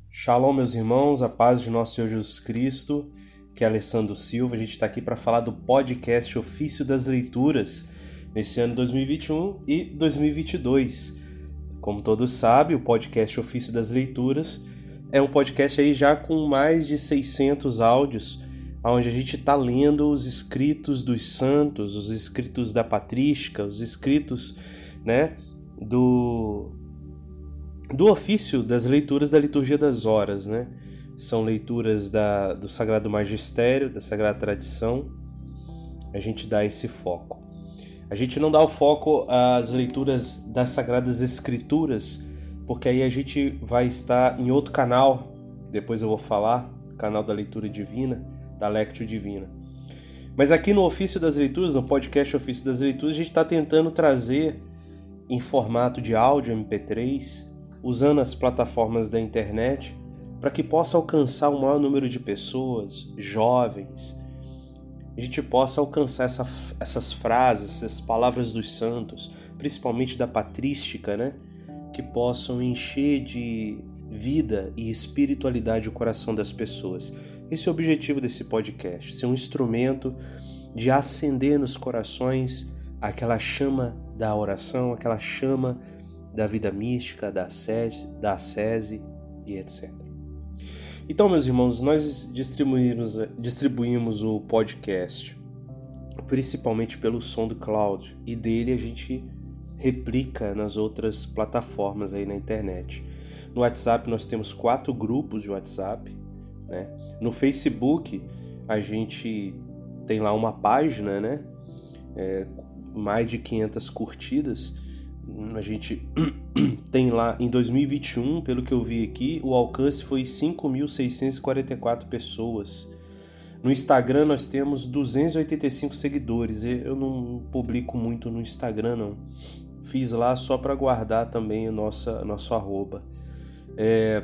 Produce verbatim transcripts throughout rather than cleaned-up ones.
Shalom, meus irmãos, a paz de nosso Senhor Jesus Cristo, que é Alessandro Silva. A gente está aqui para falar do podcast Ofício das Leituras, nesse ano dois mil e vinte e um e dois mil e vinte e dois. Como todos sabem, o podcast Ofício das Leituras é um podcast aí já com mais de seiscentos áudios, onde a gente está lendo os escritos dos santos, os escritos da patrística, os escritos, né, do... do ofício das leituras da liturgia das horas, né? São leituras da, do Sagrado Magistério, da Sagrada Tradição. A gente dá esse foco. A gente não dá o foco às leituras das Sagradas Escrituras, porque aí a gente vai estar em outro canal, depois eu vou falar, canal da Leitura Divina, da Lectio Divina. Mas aqui no Ofício das Leituras, no podcast Ofício das Leituras, a gente está tentando trazer em formato de áudio M P três, usando as plataformas da internet, para que possa alcançar o maior número de pessoas, jovens. A gente possa alcançar essa, essas frases, essas palavras dos santos, principalmente da patrística, né? Que possam encher de vida e espiritualidade o coração das pessoas. Esse é o objetivo desse podcast, ser um instrumento de acender nos corações aquela chama da oração, aquela chama da vida mística, da ascese, da ascese e etcétera. Então, meus irmãos, nós distribuímos, distribuímos o podcast principalmente pelo SoundCloud, e dele a gente replica nas outras plataformas aí na internet. No WhatsApp nós temos quatro grupos de WhatsApp, né? No Facebook a gente tem lá uma página, né? É, mais de quinhentas curtidas. A gente tem lá em dois mil e vinte e um, pelo que eu vi aqui, o alcance foi cinco mil seiscentas e quarenta e quatro pessoas. No Instagram nós temos duzentos e oitenta e cinco seguidores. Eu não publico muito no Instagram, não. Fiz lá só para guardar também o nosso, nosso arroba. É,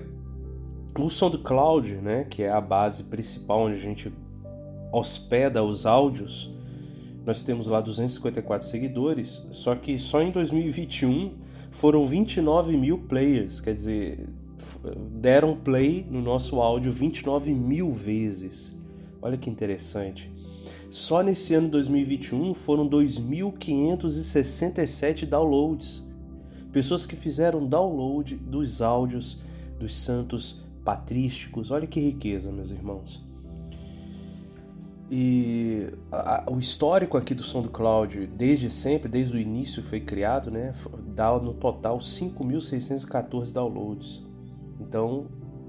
o SoundCloud, né, que é a base principal onde a gente hospeda os áudios, nós temos lá duzentos e cinquenta e quatro seguidores, só que só em dois mil e vinte e um foram vinte e nove mil players, quer dizer, deram play no nosso áudio vinte e nove mil vezes. Olha que interessante. Só nesse ano dois mil e vinte e um foram dois mil quinhentos e sessenta e sete downloads. Pessoas que fizeram download dos áudios dos santos patrísticos. Olha que riqueza, meus irmãos. E a, a, o histórico aqui do SoundCloud, desde sempre, desde o início foi criado, né, dá no total cinco mil seiscentos e quatorze downloads. Então,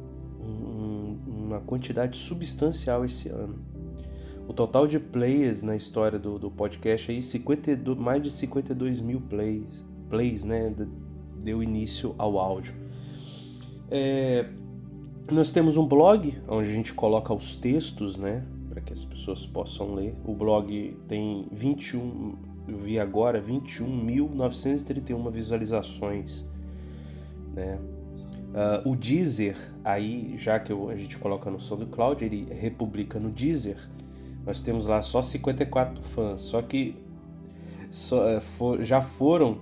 um, uma quantidade substancial esse ano. O total de players na história do, do podcast aí, cinquenta e dois, mais de cinquenta e dois mil plays, plays, né, deu início ao áudio. É, nós temos um blog onde a gente coloca os textos, né, para que as pessoas possam ler. O blog tem vinte e um, eu vi agora, vinte e um mil novecentas e trinta e uma visualizações, né? Uh, o Deezer, aí, já que eu, a gente coloca no SoundCloud, ele republica no Deezer, nós temos lá só cinquenta e quatro fãs, só que só, for, já foram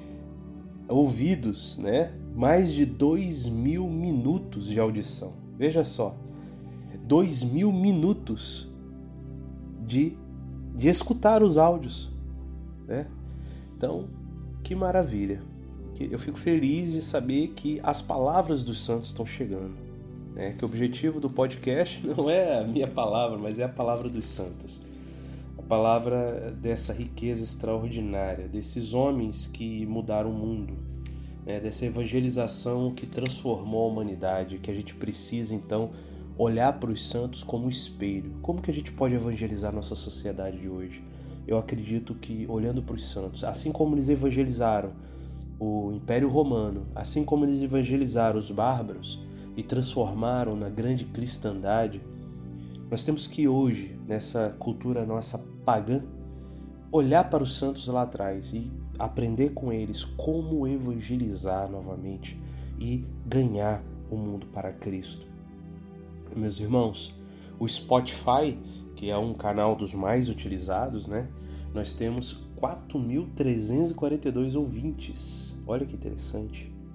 ouvidos, né, mais de dois mil minutos de audição. Veja só, dois mil minutos de, de escutar os áudios, né? Então, que maravilha. Eu fico feliz de saber que as palavras dos santos estão chegando, né? Que o objetivo do podcast não é a minha palavra, mas é a palavra dos santos. A palavra dessa riqueza extraordinária, desses homens que mudaram o mundo, né? Dessa evangelização que transformou a humanidade, que a gente precisa, então, olhar para os santos como espelho. Como que a gente pode evangelizar nossa sociedade de hoje? Eu acredito que, olhando para os santos, assim como eles evangelizaram o Império Romano, assim como eles evangelizaram os bárbaros e transformaram na grande cristandade, nós temos que hoje, nessa cultura nossa pagã, olhar para os santos lá atrás e aprender com eles como evangelizar novamente e ganhar o mundo para Cristo. Meus irmãos, o Spotify, que é um canal dos mais utilizados, né? Nós temos quatro mil trezentos e quarenta e dois ouvintes. Olha que interessante.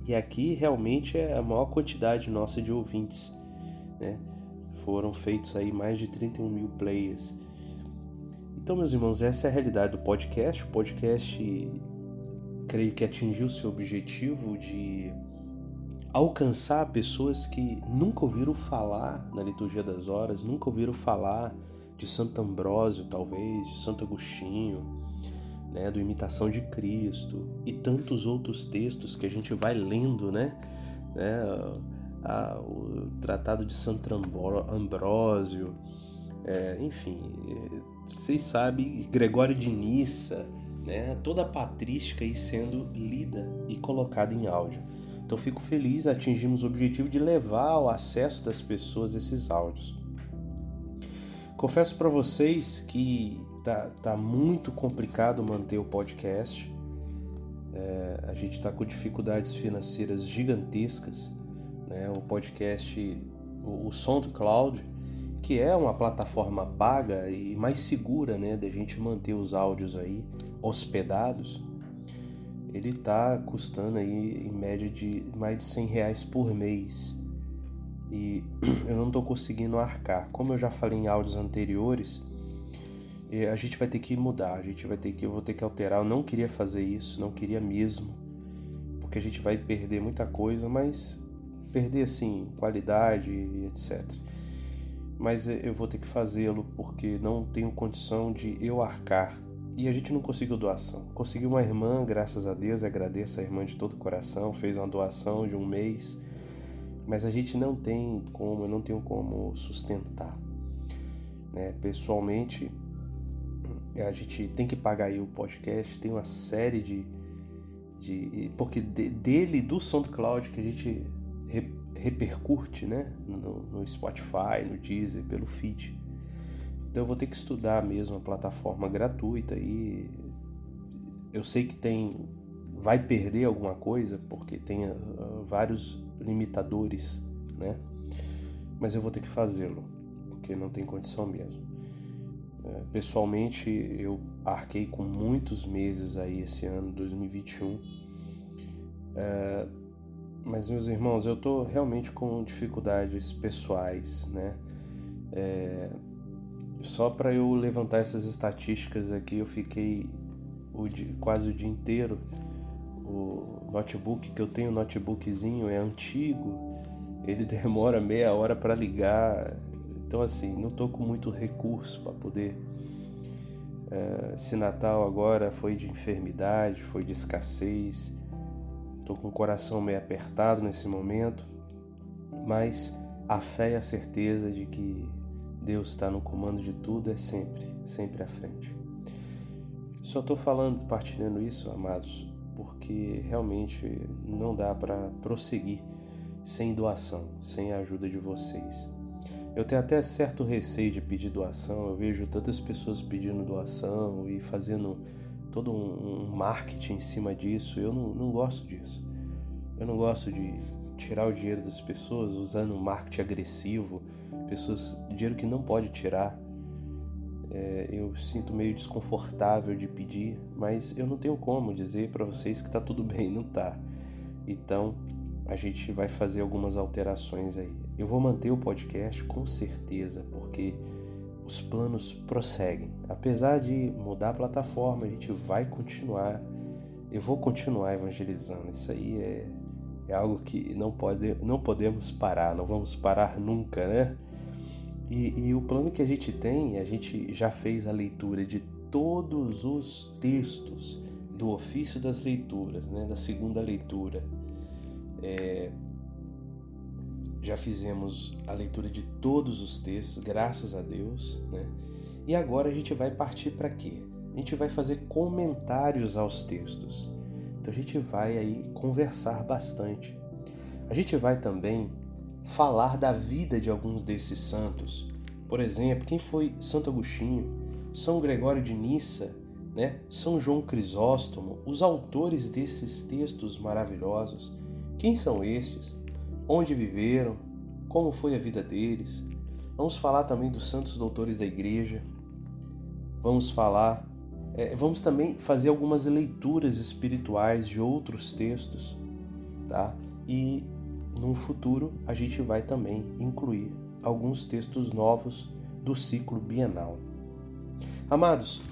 E aqui realmente é a maior quantidade nossa de ouvintes, né? Foram feitos aí mais de trinta e um mil players. Então, meus irmãos, essa é a realidade do podcast. O podcast, creio que atingiu seu objetivo de alcançar pessoas que nunca ouviram falar na liturgia das horas, nunca ouviram falar de Santo Ambrósio, talvez, de Santo Agostinho, né, do Imitação de Cristo e tantos outros textos que a gente vai lendo, né, né a, o Tratado de Santo Ambrósio, é, enfim, vocês sabem, Gregório de Nissa, né, toda a patrística aí sendo lida e colocada em áudio. Então fico feliz, atingimos o objetivo de levar ao acesso das pessoas esses áudios. Confesso para vocês que tá, tá muito complicado manter o podcast. É, a gente está com dificuldades financeiras gigantescas, né? O podcast, o, o SoundCloud, que é uma plataforma paga e mais segura, né, da gente manter os áudios aí hospedados, ele está custando aí em média de mais de cem reais por mês. E eu não estou conseguindo arcar. Como eu já falei em áudios anteriores, a gente vai ter que mudar, a gente vai ter que, eu vou ter que alterar. Eu não queria fazer isso, não queria mesmo, porque a gente vai perder muita coisa, mas perder assim, qualidade e etcétera. Mas eu vou ter que fazê-lo porque não tenho condição de eu arcar. E a gente não conseguiu doação. Conseguiu uma irmã, graças a Deus, agradeço a irmã de todo o coração, fez uma doação de um mês. Mas a gente não tem como, eu não tenho como sustentar, né? Pessoalmente, a gente tem que pagar aí o podcast, tem uma série de... de porque de, dele, do SoundCloud, que a gente re, repercute, né? No, no Spotify, no Deezer, pelo feed. Então eu vou ter que estudar mesmo a plataforma gratuita e eu sei que tem... vai perder alguma coisa, porque tem uh, vários limitadores, né? Mas eu vou ter que fazê-lo, porque não tem condição mesmo. É, pessoalmente, eu arquei com muitos meses aí esse ano, dois mil e vinte e um. É, mas, meus irmãos, eu tô realmente com dificuldades pessoais, né? É, só para eu levantar essas estatísticas aqui, eu fiquei o dia, quase o dia inteiro. O notebook que eu tenho, o notebookzinho é antigo, ele demora meia hora para ligar, então assim, não tô com muito recurso para poder. É, esse Natal agora foi de enfermidade, foi de escassez, tô com o coração meio apertado nesse momento, mas a fé e a certeza de que Deus está no comando de tudo é sempre, sempre à frente. Só tô falando, partilhando isso, amados, porque realmente não dá para prosseguir sem doação, sem a ajuda de vocês. Eu tenho até certo receio de pedir doação, eu vejo tantas pessoas pedindo doação e fazendo todo um marketing em cima disso, eu não, não gosto disso. Eu não gosto de tirar o dinheiro das pessoas usando um marketing agressivo, pessoas, dinheiro que não pode tirar. É, eu sinto meio desconfortável de pedir, mas eu não tenho como dizer para vocês que tá tudo bem, não tá. Então a gente vai fazer algumas alterações aí. Eu vou manter o podcast com certeza, porque os planos prosseguem. Apesar de mudar a plataforma, a gente vai continuar. Eu vou continuar evangelizando. Isso aí é, é algo que não, pode, não podemos parar, não vamos parar nunca, né? E, e o plano que a gente tem, a gente já fez a leitura de todos os textos do ofício das leituras, né, da segunda leitura. É, já fizemos a leitura de todos os textos, graças a Deus, né? E agora a gente vai partir para quê? A gente vai fazer comentários aos textos. Então a gente vai aí conversar bastante. A gente vai também falar da vida de alguns desses santos. Por exemplo, quem foi Santo Agostinho, São Gregório de Nissa, né? São João Crisóstomo, os autores desses textos maravilhosos. Quem são estes? Onde viveram? Como foi a vida deles? Vamos falar também dos santos doutores da igreja. Vamos falar, é, vamos também fazer algumas leituras espirituais de outros textos. tá? E no futuro a gente vai também incluir alguns textos novos do ciclo bienal. Amados,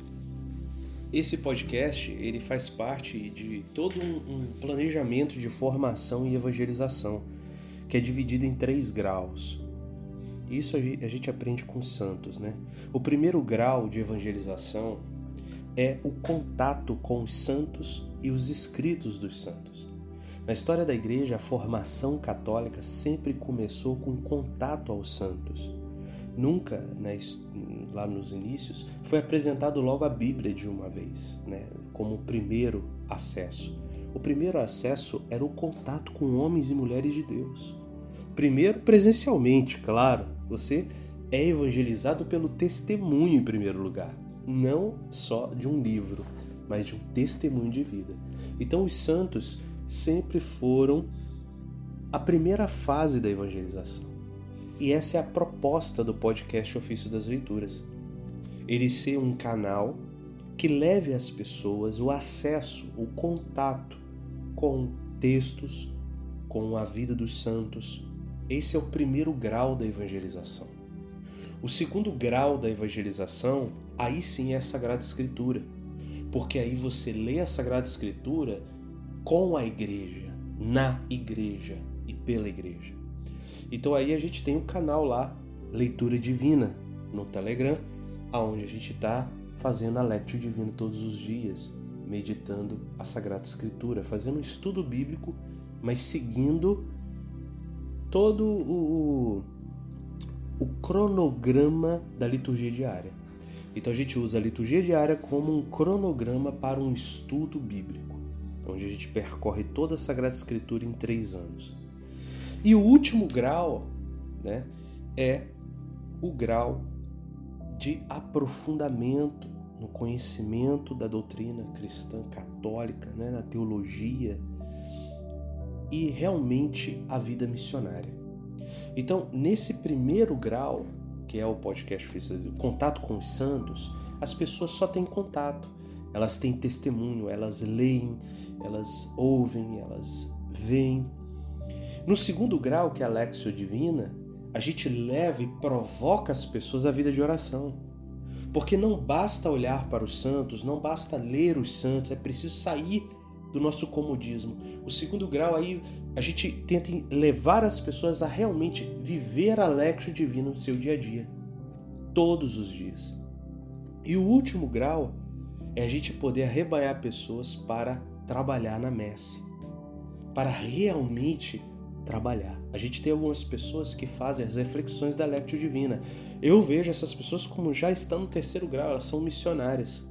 esse podcast ele faz parte de todo um, um planejamento de formação e evangelização, que é dividido em três graus. Isso a gente aprende com os santos, né? O primeiro grau de evangelização é o contato com os santos e os escritos dos santos. Na história da igreja, a formação católica sempre começou com contato aos santos. Nunca, né, lá nos inícios, foi apresentado logo a Bíblia de uma vez, né, como o primeiro acesso. O primeiro acesso era o contato com homens e mulheres de Deus. Primeiro, presencialmente, claro. Você é evangelizado pelo testemunho em primeiro lugar. Não só de um livro, mas de um testemunho de vida. Então os santos sempre foram a primeira fase da evangelização. E essa é a proposta do podcast Ofício das Leituras. Ele ser um canal que leve às pessoas o acesso, o contato com textos, com a vida dos santos. Esse é o primeiro grau da evangelização. O segundo grau da evangelização, aí sim é a Sagrada Escritura. Porque aí você lê a Sagrada Escritura com a igreja, na igreja e pela igreja. Então aí a gente tem o canal lá, Leitura Divina, no Telegram, onde a gente está fazendo a Lectio Divina todos os dias, meditando a Sagrada Escritura, fazendo um estudo bíblico, mas seguindo todo o, o cronograma da liturgia diária. Então a gente usa a liturgia diária como um cronograma para um estudo bíblico, onde a gente percorre toda a Sagrada Escritura em três anos. E o último grau, né, é o grau de aprofundamento no conhecimento da doutrina cristã católica, né, na teologia e realmente a vida missionária. Então, nesse primeiro grau, que é o podcast Contato com os Santos, as pessoas só têm contato. Elas têm testemunho, elas leem, elas ouvem, elas veem. No segundo grau, que é a Lectio Divina, a gente leva e provoca as pessoas à vida de oração. Porque não basta olhar para os santos, não basta ler os santos, é preciso sair do nosso comodismo. O segundo grau, aí a gente tenta levar as pessoas a realmente viver a Lectio Divina no seu dia a dia, todos os dias. E o último grau é a gente poder arrebanhar pessoas para trabalhar na messe, para realmente trabalhar. A gente tem algumas pessoas que fazem as reflexões da Lectio Divina. Eu vejo essas pessoas como já estão no terceiro grau, elas são missionárias.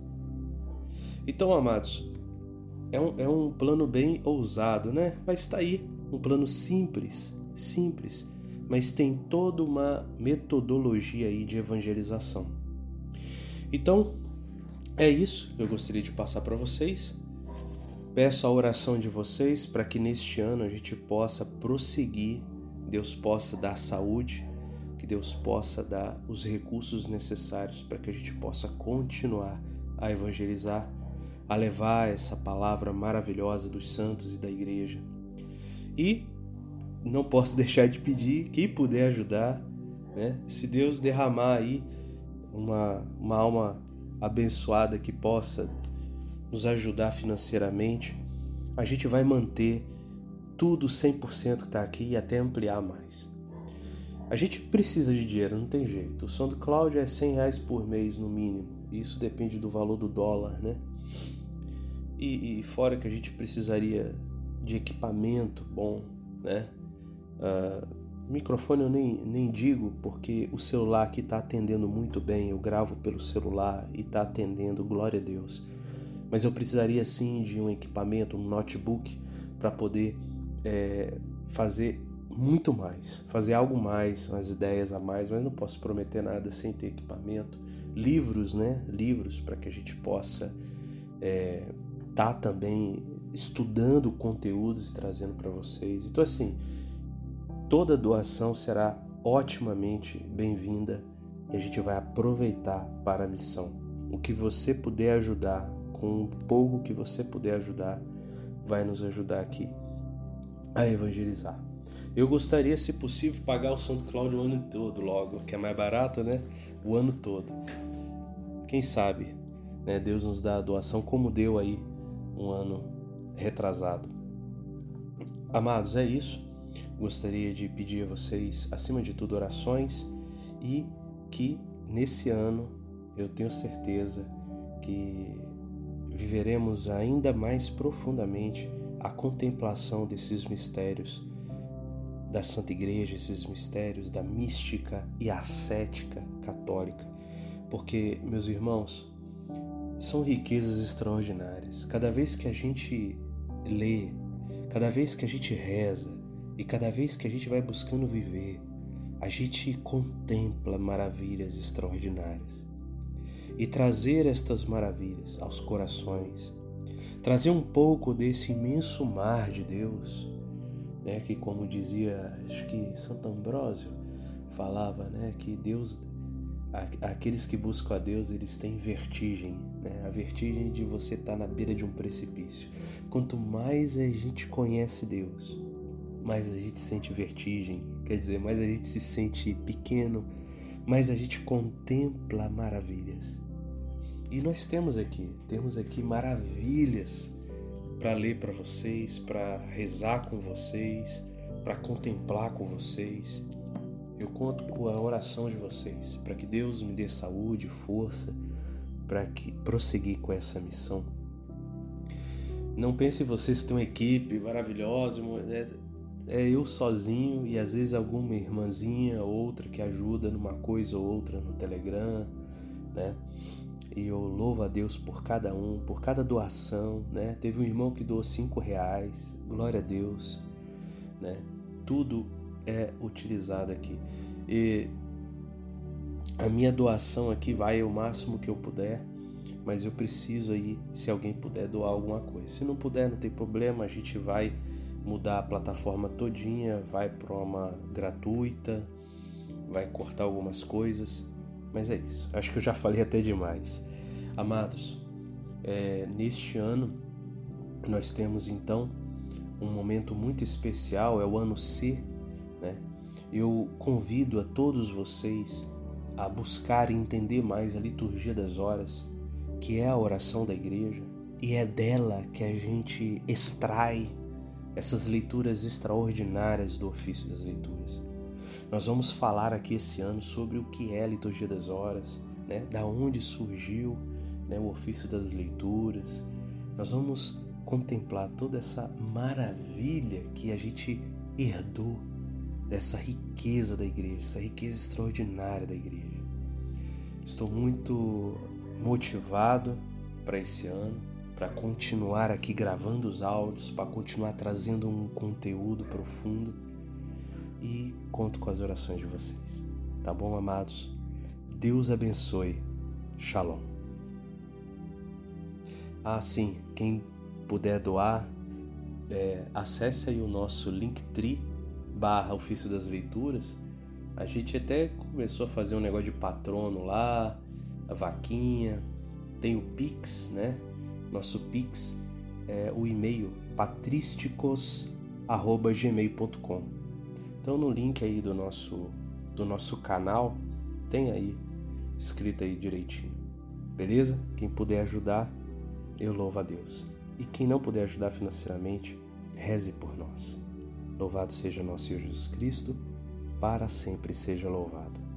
Então, amados, é um, é um plano bem ousado, né? Mas está aí, um plano simples, simples, mas tem toda uma metodologia aí de evangelização. Então, é isso que eu gostaria de passar para vocês. Peço a oração de vocês para que neste ano a gente possa prosseguir, Deus possa dar saúde, que Deus possa dar os recursos necessários para que a gente possa continuar a evangelizar, a levar essa palavra maravilhosa dos santos e da igreja. E não posso deixar de pedir, quem puder ajudar, né? Se Deus derramar aí uma, uma alma abençoada que possa nos ajudar financeiramente, a gente vai manter tudo cem por cento que está aqui e até ampliar mais. A gente precisa de dinheiro, não tem jeito. O SoundCloud é cem reais por mês no mínimo. Isso depende do valor do dólar, né? E, e fora que a gente precisaria de equipamento bom, né? Uh, microfone eu nem, nem digo, porque o celular aqui está atendendo muito bem. Eu gravo pelo celular e está atendendo, glória a Deus. Mas eu precisaria sim de um equipamento, um notebook, para poder é, fazer muito mais, fazer algo mais, umas ideias a mais, mas não posso prometer nada sem ter equipamento. Livros, né? Livros para que a gente possa é, tá também estudando conteúdos e trazendo para vocês. Então assim, toda doação será otimamente bem-vinda e a gente vai aproveitar para a missão. O que você puder ajudar, com o pouco que você puder ajudar, vai nos ajudar aqui a evangelizar. Eu gostaria, se possível, pagar o SoundCloud o ano todo logo, que é mais barato, né? O ano todo. Quem sabe, né? Deus nos dá a doação como deu aí um ano retrasado. Amados, é isso. Gostaria de pedir a vocês, acima de tudo, orações e que nesse ano eu tenho certeza que viveremos ainda mais profundamente a contemplação desses mistérios da Santa Igreja, esses mistérios da mística e ascética católica, porque, meus irmãos, são riquezas extraordinárias. Cada vez que a gente lê, cada vez que a gente reza e cada vez que a gente vai buscando viver, a gente contempla maravilhas extraordinárias. E trazer estas maravilhas aos corações, trazer um pouco desse imenso mar de Deus, né, que, como dizia, acho que Santo Ambrósio falava, né, que Deus, aqueles que buscam a Deus, eles têm vertigem, né, a vertigem de você estar na beira de um precipício. Quanto mais a gente conhece Deus, mais a gente sente vertigem, quer dizer, mais a gente se sente pequeno, mais a gente contempla maravilhas. E nós temos aqui, temos aqui maravilhas para ler para vocês, para rezar com vocês, para contemplar com vocês. Eu conto com a oração de vocês, para que Deus me dê saúde, força, para que prosseguir com essa missão. Não pense vocês que têm uma equipe maravilhosa, é, é eu sozinho e às vezes alguma irmãzinha ou outra que ajuda numa coisa ou outra no Telegram, né? E eu louvo a Deus por cada um, por cada doação, né? Teve um irmão que doou cinco reais, glória a Deus, né? Tudo é utilizado aqui. E a minha doação aqui vai o máximo que eu puder, mas eu preciso aí, se alguém puder doar alguma coisa. Se não puder, não tem problema, a gente vai mudar a plataforma todinha, vai para uma gratuita, vai cortar algumas coisas. Mas é isso, acho que eu já falei até demais. Amados, é, neste ano nós temos então um momento muito especial, é o ano C, né? Eu convido a todos vocês a buscar e entender mais a liturgia das horas, que é a oração da igreja, e é dela que a gente extrai essas leituras extraordinárias do ofício das leituras. Nós vamos falar aqui esse ano sobre o que é a liturgia das horas, né? Da onde surgiu, né, o ofício das leituras. Nós vamos contemplar toda essa maravilha que a gente herdou dessa riqueza da igreja, essa riqueza extraordinária da igreja. Estou muito motivado para esse ano, para continuar aqui gravando os áudios, para continuar trazendo um conteúdo profundo. E conto com as orações de vocês. Tá bom, amados? Deus abençoe. Shalom. Ah, sim, quem puder doar, é, acesse aí o nosso Linktree barra Ofício das Leituras. A gente até começou a fazer um negócio de patrono lá, a vaquinha. Tem o Pix, né? Nosso Pix é o e-mail patrísticos arroba gmail ponto com. Então no link aí do nosso, do nosso canal, tem aí, escrito aí direitinho. Beleza? Quem puder ajudar, eu louvo a Deus. E quem não puder ajudar financeiramente, reze por nós. Louvado seja nosso Senhor Jesus Cristo, para sempre seja louvado.